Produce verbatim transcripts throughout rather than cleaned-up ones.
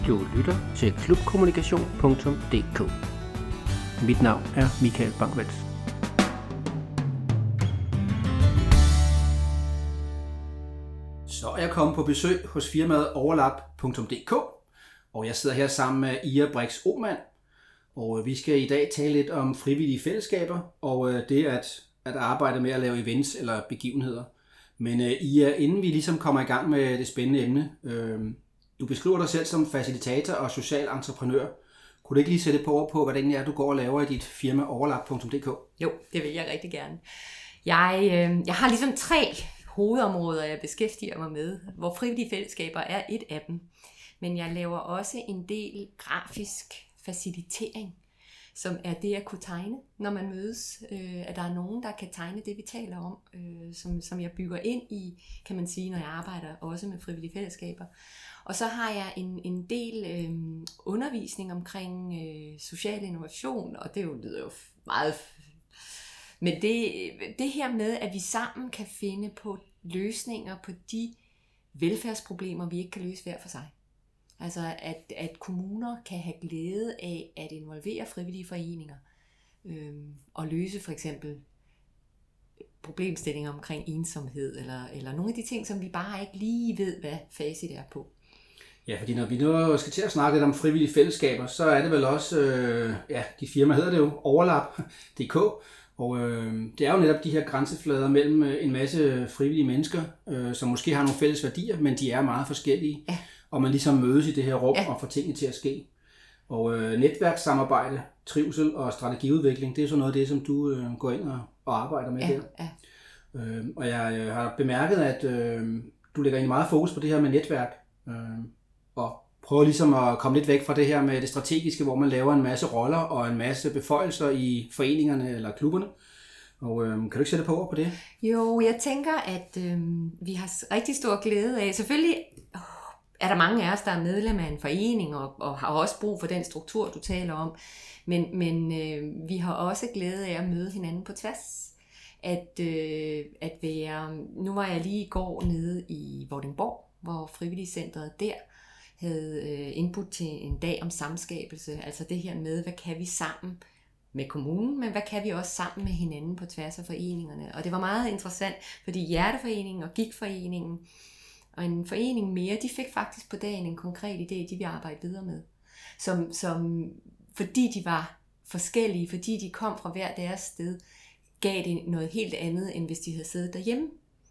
Du lytter til klubkommunikation punktum d k. Mit navn er Michael Bangvels. Så er jeg kommet på besøg hos firmaet overlap punktum d k, og jeg sidder her sammen med Ira Brix Ohmann, og vi skal i dag tale lidt om frivillige fællesskaber og det at, at arbejde med at lave events eller begivenheder. Men Ira, inden vi ligesom kommer i gang med det spændende emne, øh, du beskriver dig selv som facilitator og social entreprenør. Kunne du ikke lige sætte på over på, hvad det egentlig er, du går og laver i dit firma overlap punktum d k? Jo, det vil jeg rigtig gerne. Jeg, øh, jeg har ligesom tre hovedområder, jeg beskæftiger mig med, hvor frivillige fællesskaber er et af dem. Men jeg laver også en del grafisk facilitering, som er det at kunne tegne, når man mødes. Øh, at der er nogen, der kan tegne det, vi taler om, øh, som, som jeg bygger ind i, kan man sige, når jeg arbejder også med frivillige fællesskaber. Og så har jeg en, en del øh, undervisning omkring øh, social innovation, og det jo, lyder jo meget... Men det, det her med, at vi sammen kan finde på løsninger på de velfærdsproblemer, vi ikke kan løse hver for sig. Altså at, at kommuner kan have glæde af at involvere frivillige foreninger øh, og løse for eksempel problemstillinger omkring ensomhed eller, eller nogle af de ting, som vi bare ikke lige ved, hvad facit er på. Ja, fordi når vi nu skal til at snakke lidt om frivillige fællesskaber, så er det vel også, øh, ja, de firma hedder det jo overlap punktum d k, og øh, det er jo netop de her grænseflader mellem en masse frivillige mennesker, øh, som måske har nogle fælles værdier, men de er meget forskellige, ja. Og man ligesom mødes i det her rum, ja. Og får tingene til at ske. Og øh, netværkssamarbejde, trivsel og strategiudvikling, det er så noget af det, som du øh, går ind og, og arbejder med, ja, der. Ja. Øh, og jeg øh, har bemærket, at øh, du lægger egentlig meget fokus på det her med netværk, øh, og prøver ligesom at komme lidt væk fra det her med det strategiske, hvor man laver en masse roller og en masse beføjelser i foreningerne eller klubberne. Og øh, kan du ikke sætte på over på det? Jo, jeg tænker, at øh, vi har rigtig stor glæde af. Selvfølgelig øh, er der mange af os, der er medlem af en forening og, og har også brug for den struktur, du taler om. Men, men øh, vi har også glæde af at møde hinanden på tværs. At, øh, at være, nu var jeg lige i går nede i Vordingborg, hvor frivilligcentret der havde input til en dag om samskabelse, altså det her med, hvad kan vi sammen med kommunen, men hvad kan vi også sammen med hinanden på tværs af foreningerne. Og det var meget interessant, fordi Hjerteforeningen og Gigtforeningen og en forening mere, de fik faktisk på dagen en konkret idé, de vil arbejde videre med. Som, som, fordi de var forskellige, fordi de kom fra hver deres sted, gav det noget helt andet, end hvis de havde siddet derhjemme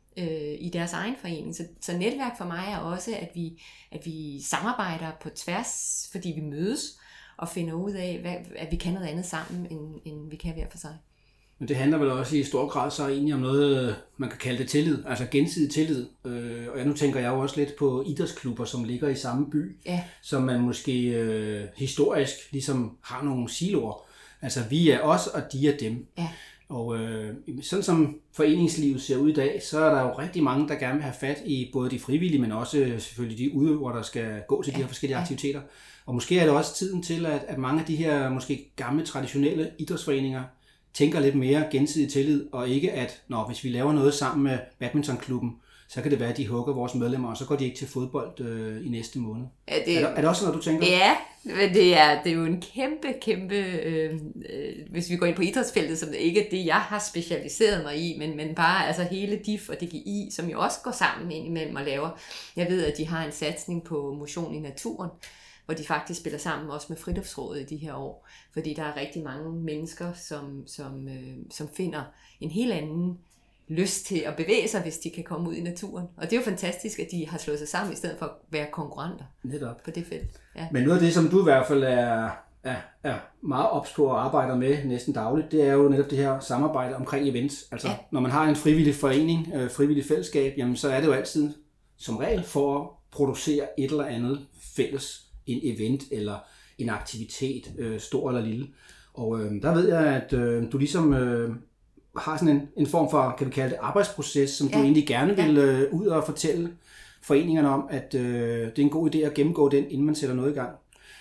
i deres egen forening. Så, så netværk for mig er også, at vi, at vi samarbejder på tværs, fordi vi mødes og finder ud af, hvad, at vi kan noget andet sammen, end, end vi kan hver for sig. Men det handler vel også i stor grad så egentlig om noget, man kan kalde det tillid, altså gensidig tillid. Og nu tænker jeg jo også lidt på idrætsklubber, som ligger i samme by, ja. Som man måske øh, historisk ligesom har nogle siloer. Altså vi er os, og de er dem. Ja. Og øh, sådan som foreningslivet ser ud i dag, så er der jo rigtig mange, der gerne vil have fat i både de frivillige, men også selvfølgelig de udøvere, der skal gå til de her forskellige aktiviteter. Og måske er det også tiden til, at, at mange af de her måske gamle, traditionelle idrætsforeninger tænker lidt mere gensidig tillid, og ikke at, når hvis vi laver noget sammen med badmintonklubben, så kan det være, at de hugger vores medlemmer, og så går de ikke til fodbold øh, i næste måned. Ja, det, er, der, er det også noget, du tænker? Ja, men det er, det er jo en kæmpe, kæmpe, øh, øh, hvis vi går ind på idrætsfeltet, som det ikke er det, jeg har specialiseret mig i, men, men bare altså hele D I F og D G I, som jo også går sammen indimellem og laver. Jeg ved, at de har en satsning på motion i naturen, hvor de faktisk spiller sammen også med Friluftsrådet i de her år, fordi der er rigtig mange mennesker, som, som, øh, som finder en helt anden lyst til at bevæge sig, hvis de kan komme ud i naturen. Og det er jo fantastisk, at de har slået sig sammen, i stedet for at være konkurrenter. Netop. På det felt. Ja. Men noget af det, som du i hvert fald er, er, er meget ops på og arbejder med næsten dagligt, det er jo netop det her samarbejde omkring events. Altså, ja. Når man har en frivillig forening, øh, frivillig fællesskab, jamen, så er det jo altid som regel for at producere et eller andet fælles, en event eller en aktivitet, øh, stor eller lille. Og øh, der ved jeg, at øh, du ligesom øh, har sådan en, en form for, kan vi kalde det, arbejdsproces, som ja. Du egentlig gerne vil øh, ud og fortælle foreningerne om, at øh, det er en god idé at gennemgå den, inden man sætter noget i gang.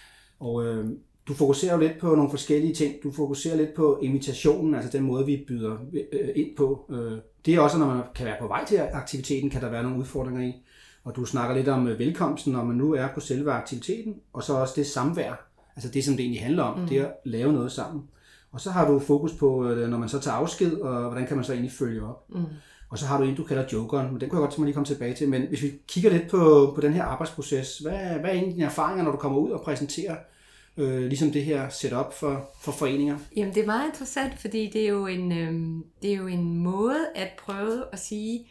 Og øh, du fokuserer jo lidt på nogle forskellige ting. Du fokuserer lidt på invitationen, altså den måde, vi byder øh, ind på. Øh, det er også, når man kan være på vej til aktiviteten, kan der være nogle udfordringer i. Og du snakker lidt om velkomsten, når man nu er på selve aktiviteten, og så også det samvær, altså det, som det egentlig handler om, mm. det er at lave noget sammen. Og så har du fokus på, når man så tager afsked, og hvordan kan man så egentlig følge op. Mm. Og så har du en, du kalder jokeren, men den kunne jeg godt tænke mig lige komme tilbage til. Men hvis vi kigger lidt på, på den her arbejdsproces, hvad, hvad er egentlig dine erfaringer, når du kommer ud og præsenterer øh, ligesom det her setup for, for foreninger? Jamen det er meget interessant, fordi det er jo en, øh, det er jo en måde at prøve at sige,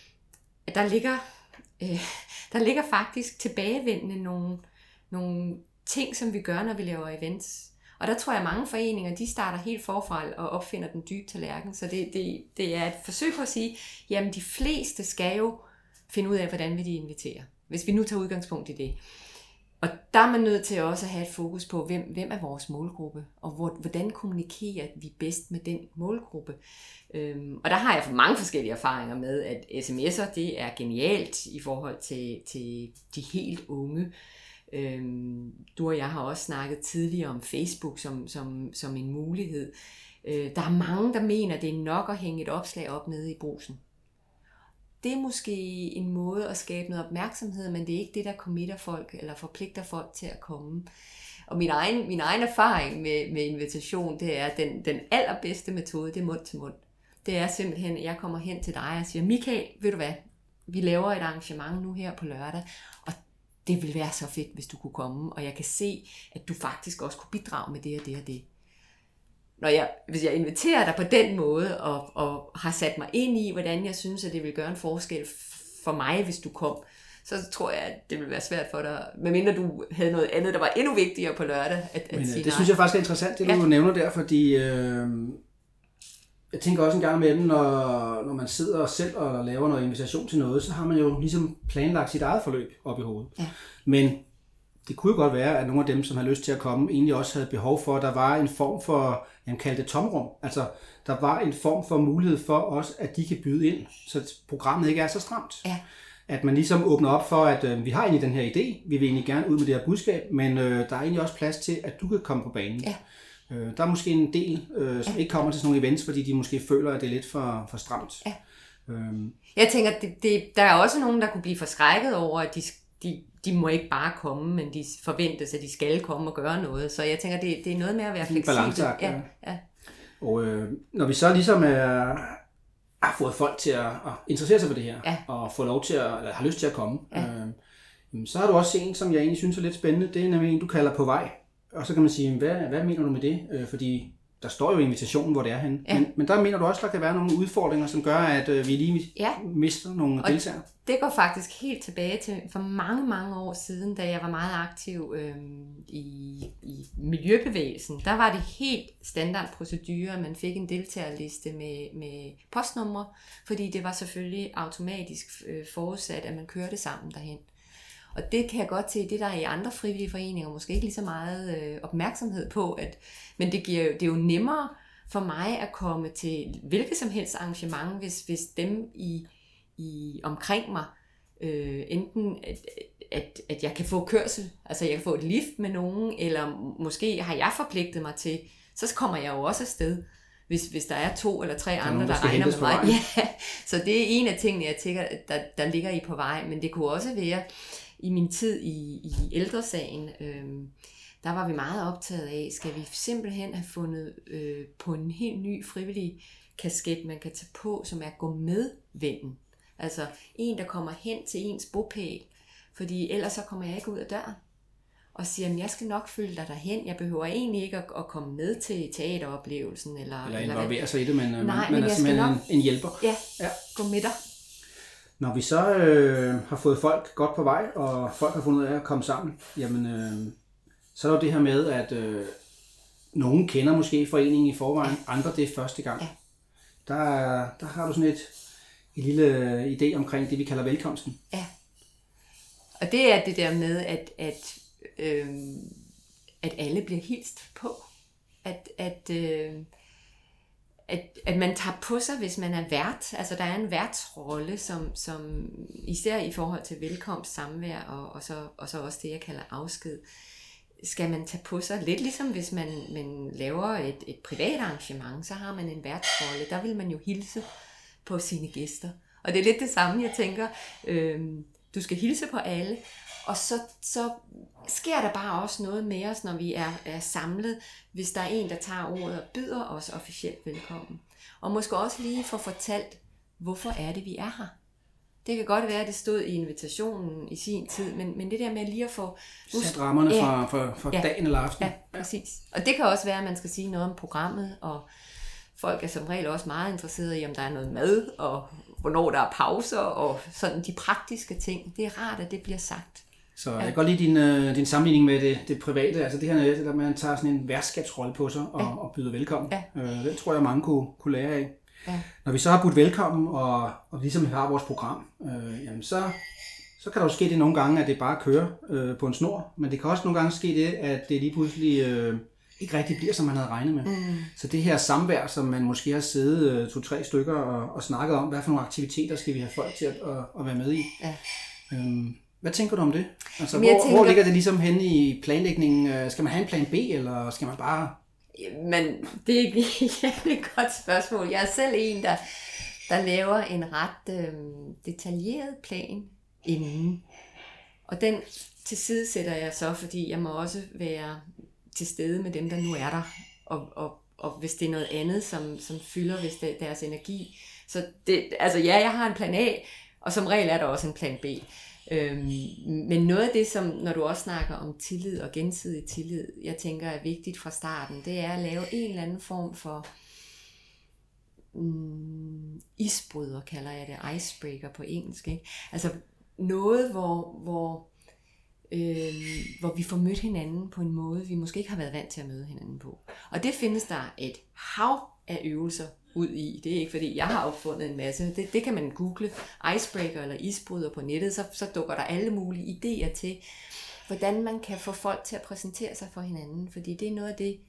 at der ligger, øh, der ligger faktisk tilbagevendende nogle, nogle ting, som vi gør, når vi laver events. Og der tror jeg, at mange foreninger, de starter helt forfra og opfinder den dybe tallerken. Så det, det, det er et forsøg på at sige, jamen de fleste skal jo finde ud af, hvordan vil de invitere. Hvis vi nu tager udgangspunkt i det. Og der er man nødt til også at have et fokus på, hvem, hvem er vores målgruppe, og hvor, hvordan kommunikerer vi bedst med den målgruppe. Øhm, og der har jeg for mange forskellige erfaringer med, at sms'er, det er genialt i forhold til, til de helt unge. Øhm, du og jeg har også snakket tidligere om Facebook som, som, som en mulighed. Øh, der er mange, der mener, det er nok at hænge et opslag op nede i Brugsen. Det er måske en måde at skabe noget opmærksomhed, men det er ikke det, der committer folk eller forpligter folk til at komme. Og min egen, min egen erfaring med, med invitation, det er, at den, den allerbedste metode, det er mund til mund. Det er simpelthen, at jeg kommer hen til dig og siger, Michael, ved du hvad, vi laver et arrangement nu her på lørdag, og det ville være så fedt, hvis du kunne komme, og jeg kan se, at du faktisk også kunne bidrage med det og det og det. Når jeg, hvis jeg inviterer dig på den måde, og, og har sat mig ind i, hvordan jeg synes, at det vil gøre en forskel for mig, hvis du kom, så tror jeg, at det ville være svært for dig, medmindre du havde noget andet, der var endnu vigtigere på lørdag. At, at Men sige det nej. synes jeg faktisk er interessant, det du ja. nævner der, fordi øh, jeg tænker også en gang med dem, når, når man sidder selv og laver noget invitation til noget, så har man jo ligesom planlagt sit eget forløb op i hovedet. Ja. Men det kunne jo godt være, at nogle af dem, som har lyst til at komme, egentlig også havde behov for, at der var en form for, jeg kalder det tomrum. Altså, der var en form for mulighed for os, at de kan byde ind, så programmet ikke er så stramt. Ja. At man ligesom åbner op for, at øh, vi har egentlig den her idé, vi vil egentlig gerne ud med det her budskab, men øh, der er egentlig også plads til, at du kan komme på banen. Ja. Øh, der er måske en del, øh, som ja. ikke kommer til sådan nogle events, fordi de måske føler, at det er lidt for, for stramt. Ja. Øhm. Jeg tænker, det, det, der er også nogen, der kunne blive forskrækket over, at de De, de må ikke bare komme, men de forventes, at de skal komme og gøre noget. Så jeg tænker, det, det er noget med at være fleksibel. Ja, ja. Og øh, når vi så ligesom er, har fået folk til at, at interessere sig for det her, ja. og få lov til at, eller har lyst til at komme, ja. øh, så har du også en, som jeg egentlig synes er lidt spændende. Det er nemlig en, du kalder på vej. Og så kan man sige, hvad, hvad mener du med det? Øh, fordi der står jo invitationen, hvor det er henne. Ja. Men, men der mener du også, at der kan være nogle udfordringer, som gør, at øh, vi lige ja. mister nogle og deltagere. Det går faktisk helt tilbage til for mange, mange år siden, da jeg var meget aktiv øh, i, i miljøbevægelsen. Der var det helt standard procedure, at man fik en deltagerliste med, med postnumre, fordi det var selvfølgelig automatisk øh, forudsat, at man kørte sammen derhen. Og det kan jeg godt se, det der er i andre frivillige foreninger, måske ikke lige så meget øh, opmærksomhed på, at, men det, giver, det er jo nemmere for mig at komme til hvilket som helst arrangement, hvis, hvis dem i, i omkring mig, øh, enten at, at, at jeg kan få kørsel, altså jeg kan få et lift med nogen, eller måske har jeg forpligtet mig til, så kommer jeg jo også afsted, hvis, hvis der er to eller tre der andre, der regner med mig. Ja, så det er en af tingene, jeg tænker, der, der ligger i på vej, men det kunne også være, i min tid i, i ældresagen, øh, der var vi meget optaget af, skal vi simpelthen have fundet øh, på en helt ny frivillig kasket, man kan tage på, som er gå med vennen. Altså en, der kommer hen til ens bopæl, fordi ellers så kommer jeg ikke ud af døren og siger, at jeg skal nok følge dig derhen. Jeg behøver egentlig ikke at, at komme med til teateroplevelsen. Eller, eller involvere sig i det, men Nej, man, men man er simpelthen nok, en, en hjælper. Ja, ja, gå med dig. Når vi så øh, har fået folk godt på vej, og folk har fundet ud af at komme sammen, jamen, øh, så er der jo det her med, at øh, nogen kender måske foreningen i forvejen, andre det er første gang. Ja. Der, der har du sådan et, et lille idé omkring det, vi kalder velkomsten. Ja, og det er det der med, at, at, øh, at alle bliver hilst på. At... at øh, At, at man tager på sig, hvis man er vært. Altså der er en værtsrolle, som, som især i forhold til velkomst, samvær og, og, så, og så også det, jeg kalder afsked, skal man tage på sig. Lidt ligesom hvis man, man laver et, et privat arrangement, så har man en værtsrolle. Der vil man jo hilse på sine gæster. Og det er lidt det samme, jeg tænker. Øh, du skal hilse på alle, og så, så sker der bare også noget med os, når vi er, er samlet, hvis der er en, der tager ordet og byder os officielt velkommen. Og måske også lige få fortalt, hvorfor er det, vi er her. Det kan godt være, at det stod i invitationen i sin tid, men, men det der med lige at få... Sæt rammerne ja, for, for, for ja, dagen eller aftenen. Ja, præcis. Og det kan også være, at man skal sige noget om programmet, og folk er som regel også meget interesserede i, om der er noget mad, og hvornår der er pauser, og sådan de praktiske ting. Det er rart, at det bliver sagt. Så jeg kan godt lide din, uh, din sammenligning med det, det private, altså det her, det der man tager sådan en værtskabsrolle på sig og, ja. og byder velkommen. Ja. Uh, det tror jeg, mange kunne, kunne lære af. Ja. Når vi så har budt velkommen, og, og ligesom vi har vores program, øh, jamen så, så kan der jo ske det nogle gange, at det bare kører øh, på en snor, men det kan også nogle gange ske det, at det lige pludselig øh, ikke rigtig bliver, som man havde regnet med. Mm. Så det her samvær, som man måske har siddet øh, to-tre stykker og, og snakket om, hvad for nogle aktiviteter skal vi have folk til at, at, at være med i? Ja. Øhm, hvad tænker du om det? Altså, hvor, tænker... hvor ligger det ligesom henne i planlægningen? Skal man have en plan B, eller skal man bare... Men det er et godt spørgsmål. Jeg er selv en, der, der laver en ret øh, detaljeret plan inden. Og den tilsidesætter jeg så, fordi jeg må også være til stede med dem, der nu er der. Og, og, og hvis det er noget andet, som, som fylder hvis det, deres energi. Så det, altså ja, jeg har en plan A, og som regel er der også en plan B. Øhm, men noget af det, som når du også snakker om tillid og gensidig tillid, jeg tænker er vigtigt fra starten, det er at lave en eller anden form for mm, isbryder, kalder jeg det, icebreaker på engelsk, ikke? Altså noget, hvor, hvor, øh, hvor vi får mødt hinanden på en måde, vi måske ikke har været vant til at møde hinanden på. Og det findes der et hav af øvelser ud i. Det er ikke fordi, jeg har opfundet en masse. Det, det kan man google, icebreaker eller isbryder på nettet, så, så dukker der alle mulige idéer til, hvordan man kan få folk til at præsentere sig for hinanden. Fordi det er noget af det,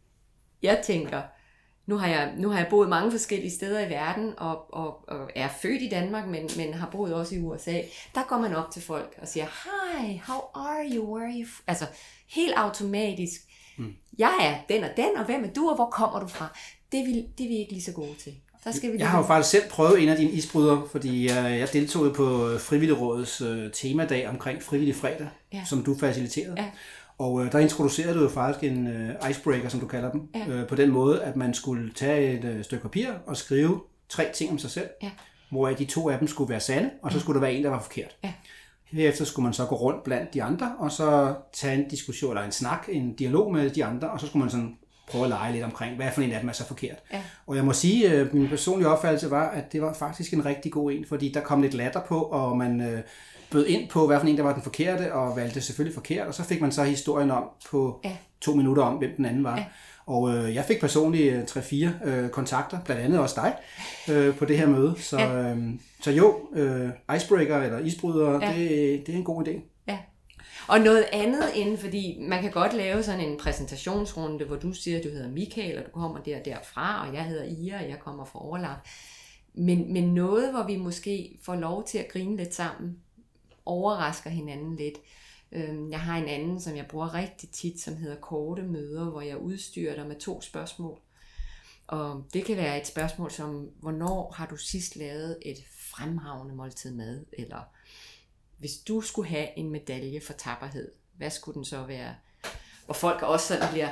jeg tænker. Nu har jeg, nu har jeg boet mange forskellige steder i verden, og, og, og er født i Danmark, men, men har boet også i U S A. Der går man op til folk og siger, hi, how are you, where are you? Altså helt automatisk. Hmm. Jeg er den og den, og hvem er du, og hvor kommer du fra? Det er vi, det er vi ikke lige så gode til. Der skal vi jeg har jo faktisk selv prøvet en af dine isbrydere, fordi jeg, jeg deltog på Frivilligrådets uh, temadag omkring Frivillig Fredag, ja. Som du faciliterede. Ja. Og uh, der introducerede du jo faktisk en uh, icebreaker, som du kalder dem, ja. uh, på den måde, at man skulle tage et uh, stykke papir og skrive tre ting om sig selv, ja. Hvoraf de to af dem skulle være sande, og så ja. Skulle der være en, der var forkert. Ja. Herefter skulle man så gå rundt blandt de andre, og så tage en diskussion, eller en snak, en dialog med de andre, og så skulle man sådan prøve at lege lidt omkring, hvad for en af dem er så forkert. Ja. Og jeg må sige, at min personlige opfattelse var, at det var faktisk en rigtig god en, fordi der kom lidt latter på, og man øh, bød ind på, hvad for en der var den forkerte, og valgte selvfølgelig forkert, og så fik man så historien om på ja. to minutter om, hvem den anden var. Ja. Og øh, jeg fik personligt tre-fire øh, kontakter, blandt andet også dig, øh, på det her møde. Så, ja. øh, så jo, øh, icebreaker eller isbrydere, ja. det, det er en god idé. Ja. Og noget andet inden, fordi man kan godt lave sådan en præsentationsrunde, hvor du siger, at du hedder Michael, og du kommer der derfra, og jeg hedder Ira, og jeg kommer fra Overlap. Men, men noget, hvor vi måske får lov til at grine lidt sammen, overrasker hinanden lidt. Jeg har en anden, som jeg bruger rigtig tit, som hedder korte møder, hvor jeg udstyrer dig med to spørgsmål. Og det kan være et spørgsmål som, hvornår har du sidst lavet et fremragende måltid mad? Eller hvis du skulle have en medalje for tapperhed, hvad skulle den så være? Hvor folk også sådan bliver,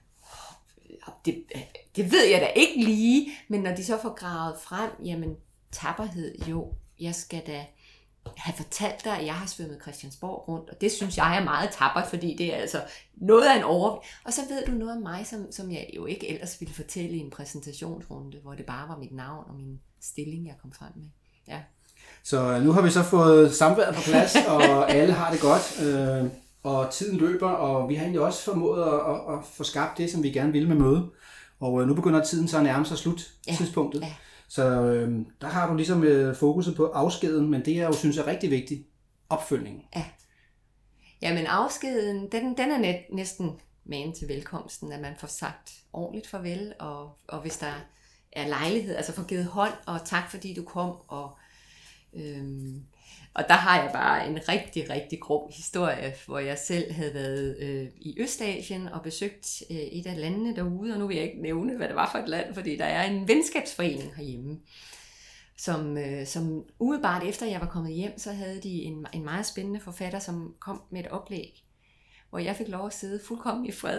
det, det ved jeg da ikke lige, men når de så får gravet frem, jamen tapperhed, jo, jeg skal da have fortalt dig, at jeg har svømmet Christiansborg rundt, og det synes jeg er meget tappert, fordi det er altså noget af en over... Og så ved du noget om mig, som, som jeg jo ikke ellers ville fortælle i en præsentationsrunde, hvor det bare var mit navn og min stilling, jeg kom frem med. Ja. Så nu har vi så fået samværet på plads, og alle har det godt, øh, og tiden løber, og vi har egentlig også formået at, at, at få skabt det, som vi gerne ville med møde. Og øh, nu begynder tiden så at nærme sig sluttidspunktet. Ja. Ja. Så øh, der har du ligesom øh, fokuset på afskeden, men det jeg jo synes er rigtig vigtigt, opfølgningen. Ja. Jamen afskeden, den, den er net, næsten magen til velkomsten, at man får sagt ordentligt farvel, og, og hvis der er lejlighed, altså får givet hånd, og tak fordi du kom, og, øhm, og der har jeg bare en rigtig, rigtig grum historie, hvor jeg selv havde været øh, i Østasien og besøgt øh, et af landene derude, og nu vil jeg ikke nævne, hvad det var for et land, fordi der er en venskabsforening herhjemme. som, øh, som umiddelbart efter jeg var kommet hjem, så havde de en, en meget spændende forfatter, som kom med et oplæg, hvor jeg fik lov at sidde fuldkommen i fred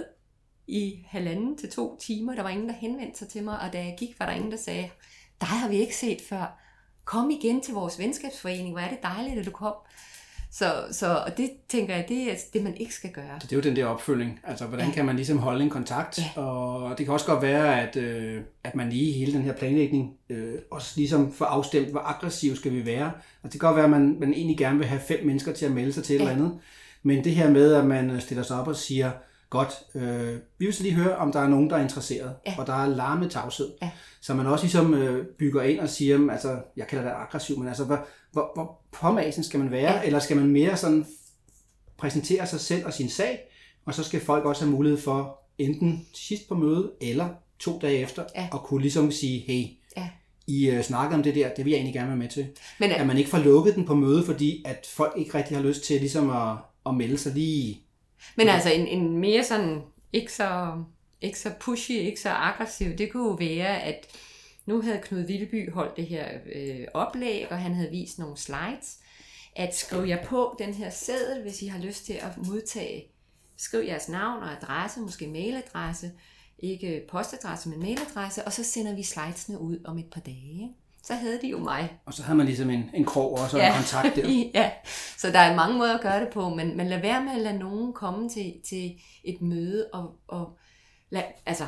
i halvanden til to timer. Der var ingen, der henvendte sig til mig, og da jeg gik, var der ingen, der sagde, dig har vi ikke set før. Kom igen til vores venskabsforening, hvor er det dejligt, at du kom. Så, så og det tænker jeg, det er det, man ikke skal gøre. Det er jo den der opfølgning. Altså, hvordan ja. kan man ligesom holde en kontakt? Ja. Og det kan også godt være, at, øh, at man lige i hele den her planlægning øh, også ligesom får afstemt, hvor aggressiv skal vi være. Og det kan godt være, at man, man egentlig gerne vil have fem mennesker til at melde sig til et ja. eller andet. Men det her med, at man stiller sig op og siger, godt, øh, vi vil så lige høre, om der er nogen, der er interesseret. Ja. Og der er larmet tavshed. Ja. Så man også ligesom øh, bygger ind og siger, altså, jeg kalder det aggressiv, men altså, hvor, hvor, hvor påmasen skal man være? Ja. Eller skal man mere sådan præsentere sig selv og sin sag, og så skal folk også have mulighed for enten sidst på mødet, eller to dage efter, ja. at kunne ligesom sige, hey, ja. I øh, snakker om det der, det vil jeg egentlig gerne være med til. Men, at man ikke får lukket den på mødet, fordi at folk ikke rigtig har lyst til ligesom at, at melde sig lige. Men altså en, en mere sådan, ikke så, ikke så pushy, ikke så aggressiv, det kunne jo være, at nu havde Knud Vildeby holdt det her øh, oplæg, og han havde vist nogle slides, at skrive jer på den her seddel, hvis I har lyst til at modtage. Skriv jeres navn og adresse, måske mailadresse, ikke postadresse, men mailadresse, og så sender vi slidesene ud om et par dage. Så havde de jo mig. Og så havde man ligesom en, en krog også, og ja. en kontakt der. Ja, så der er mange måder at gøre det på, men, men lad være med at lade nogen komme til, til et møde, og, og lad, altså,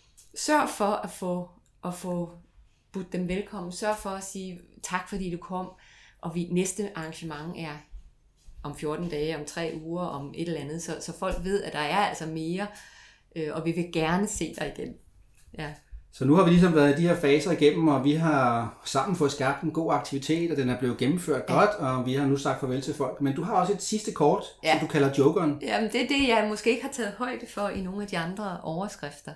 sørg for at få, at få budt dem velkommen. Sørg for at sige tak, fordi du kom, og vi, næste arrangement er om fjorten dage, om tre uger, om et eller andet, så, så folk ved, at der er altså mere, øh, og vi vil gerne se dig igen. Ja. Så nu har vi ligesom været i de her faser igennem, og vi har sammen fået skabt en god aktivitet, og den er blevet gennemført ja. godt, og vi har nu sagt farvel til folk. Men du har også et sidste kort, ja. som du kalder jokeren. Jamen det er det, jeg måske ikke har taget højde for i nogle af de andre overskrifter.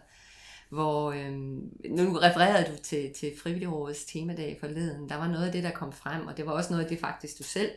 Hvor, øhm, nu refererede du til, til Frivilligrådets temadag forleden. Der var noget af det, der kom frem, og det var også noget af det faktisk, du selv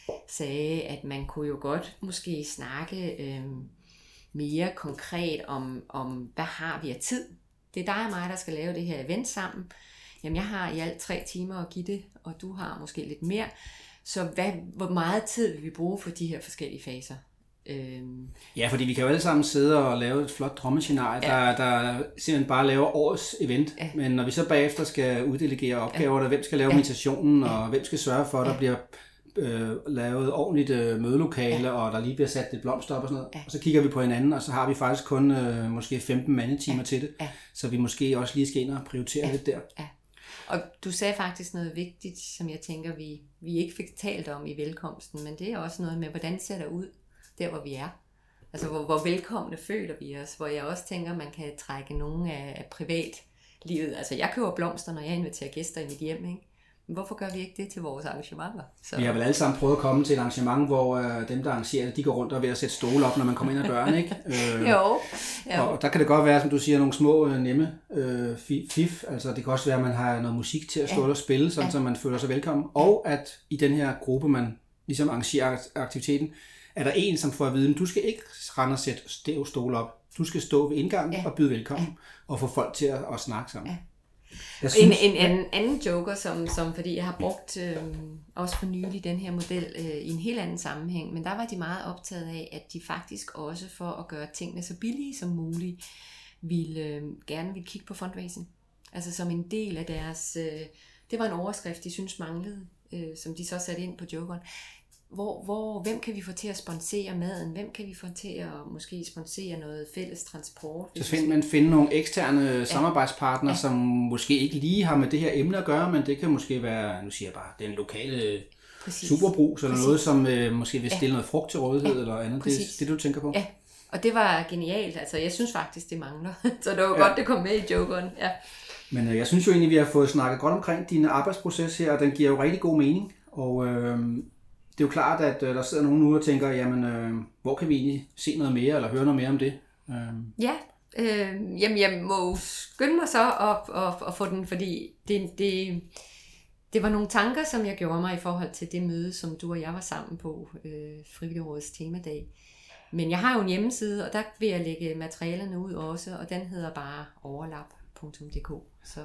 sagde, at man kunne jo godt måske snakke øhm, mere konkret om, om, hvad har vi af tid? Det er dig og mig, der skal lave det her event sammen. Jamen, jeg har i alt tre timer at give det, og du har måske lidt mere. Så hvad, hvor meget tid vil vi bruge for de her forskellige faser? Øhm. Ja, fordi vi kan jo alle sammen sidde og lave et flot drømmescenarie, ja. der, der simpelthen bare laver årets event. Ja. Men når vi så bagefter skal uddelegere opgaver, ja. der hvem skal lave ja. meditationen, og ja. hvem skal sørge for, at der ja. bliver øh, lavet ordentligt øh, mødelokale, ja. og der lige bliver sat lidt blomster op og sådan noget. Ja. Og så kigger vi på hinanden, og så har vi faktisk kun øh, måske femten mandetimer ja. til det. Ja. Så vi måske også lige skal ind og prioritere ja. lidt der. Ja. Og du sagde faktisk noget vigtigt, som jeg tænker, vi, vi ikke fik talt om i velkomsten, men det er også noget med, hvordan ser det ud der, hvor vi er. Altså, hvor, hvor velkomne føler vi os, hvor jeg også tænker, man kan trække nogle af, af privatlivet. Altså, jeg køber blomster, når jeg inviterer gæster i mit hjem, ikke? Men hvorfor gør vi ikke det til vores arrangementer? Så... Vi har vel alle sammen prøvet at komme til et arrangement, hvor øh, dem, der arrangerer det, de går rundt og er ved at sætte stole op, når man kommer ind ad døren, ikke? Øh, jo. jo. Og der kan det godt være, som du siger, nogle små, øh, nemme øh, fif. Altså, det kan også være, at man har noget musik til at stå ja. og spille, sådan, ja. så man føler sig velkommen. Og at i den her gruppe, man ligesom arrangerer aktiviteten, er der en, som får at vide, at du skal ikke rende og sætte stole op. Du skal stå ved indgangen ja. og byde velkommen, ja. og få folk til at, at snakke sammen. Ja. Synes, en, en, en anden joker, som, som fordi jeg har brugt øh, også for nylig den her model øh, i en helt anden sammenhæng, men der var de meget optaget af, at de faktisk også for at gøre tingene så billige som muligt, ville øh, gerne ville kigge på fundraising. Altså som en del af deres, øh, det var en overskrift, de synes manglede, øh, som de så satte ind på jokeren. Hvor, hvor, hvem kan vi få til at sponsere maden? Hvem kan vi få til at måske sponsere noget fælles transport? Så find, man finder nogle eksterne ja. samarbejdspartnere, ja. som måske ikke lige har med det her emne at gøre, men det kan måske være, nu siger jeg bare, den lokale Præcis. superbrus, eller Præcis. noget, som øh, måske vil stille ja. noget frugt til rådighed, ja. eller andet. Det, det du tænker på? Ja, og det var genialt. Altså, jeg synes faktisk, det mangler. Så det var ja. godt, det kom med i jokeren. Ja. Men øh, jeg synes jo egentlig, vi har fået snakket godt omkring din arbejdsproces her, og den giver jo rigtig god mening. Og øh, det er jo klart, at øh, der sidder nogen nu og tænker, jamen, øh, hvor kan vi egentlig se noget mere, eller høre noget mere om det? Øh. Ja, øh, jamen jeg må skynde mig så at, at, at få den, fordi det, det, det var nogle tanker, som jeg gjorde mig i forhold til det møde, som du og jeg var sammen på, øh, Frivilligrådets temadag. Men jeg har jo en hjemmeside, og der vil jeg lægge materialerne ud også, og den hedder bare overlap punktum d k. Så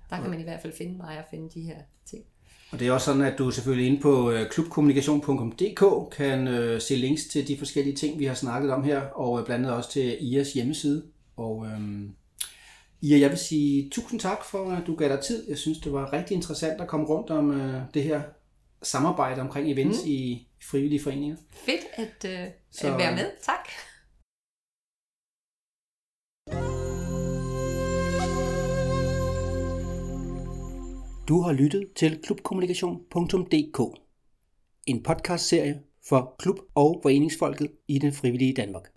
Der kan man i hvert fald finde mig og finde de her ting. Og det er også sådan, at du selvfølgelig inde på klubkommunikation punktum d k kan øh, se links til de forskellige ting, vi har snakket om her, og blandt andet også til I A S hjemmeside. Og øhm, Ira, jeg vil sige tusind tak for, at du gav dig tid. Jeg synes, det var rigtig interessant at komme rundt om øh, det her samarbejde omkring events mm. i frivillige foreninger. Fedt at, øh, Så, at være med. Tak. Du har lyttet til klubkommunikation punktum d k, en podcastserie for klub- og foreningsfolket i den frivillige Danmark.